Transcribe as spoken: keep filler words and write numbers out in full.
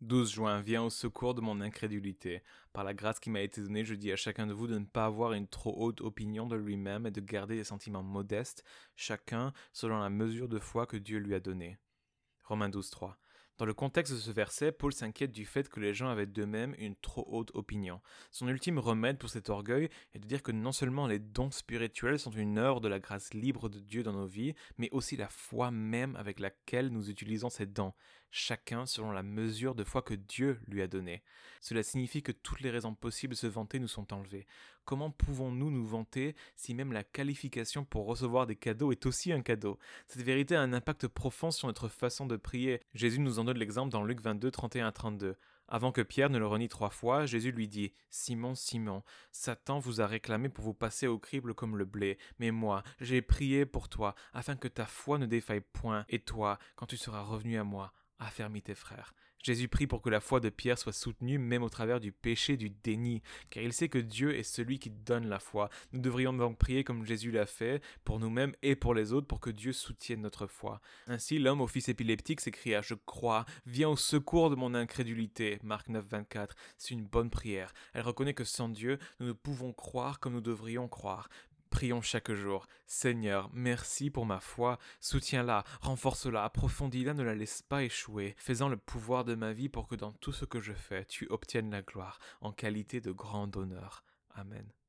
douze juin, viens au secours de mon incrédulité. Par la grâce qui m'a été donnée, je dis à chacun de vous de ne pas avoir une trop haute opinion de lui-même et de garder des sentiments modestes, chacun selon la mesure de foi que Dieu lui a donnée. Romains douze, trois. Dans le contexte de ce verset, Paul s'inquiète du fait que les gens avaient d'eux-mêmes une trop haute opinion. Son ultime remède pour cet orgueil est de dire que non seulement les dons spirituels sont une œuvre de la grâce libre de Dieu dans nos vies, mais aussi la foi même avec laquelle nous utilisons ces dons, chacun selon la mesure de foi que Dieu lui a donnée. Cela signifie que toutes les raisons possibles de se vanter nous sont enlevées. Comment pouvons-nous nous vanter si même la qualification pour recevoir des cadeaux est aussi un cadeau? Cette vérité a un impact profond sur notre façon de prier. Jésus nous en donne l'exemple dans Luc vingt-deux, trente et un à trente-deux. Avant que Pierre ne le renie trois fois, Jésus lui dit « Simon, Simon, Satan vous a réclamé pour vous passer au crible comme le blé, mais moi, j'ai prié pour toi, afin que ta foi ne défaille point, et toi, quand tu seras revenu à moi, affermis tes frères. » Jésus prie pour que la foi de Pierre soit soutenue même au travers du péché du déni, car il sait que Dieu est celui qui donne la foi. Nous devrions donc prier comme Jésus l'a fait, pour nous-mêmes et pour les autres, pour que Dieu soutienne notre foi. Ainsi, l'homme au fils épileptique s'écria « Je crois, viens au secours de mon incrédulité » Marc neuf, vingt-quatre. C'est une bonne prière. Elle reconnaît que sans Dieu, nous ne pouvons croire comme nous devrions croire. Prions chaque jour. Seigneur, merci pour ma foi. Soutiens-la, renforce-la, approfondis-la, ne la laisse pas échouer. Fais-en le pouvoir de ma vie pour que dans tout ce que je fais, tu obtiennes la gloire, en qualité de grand honneur. Amen.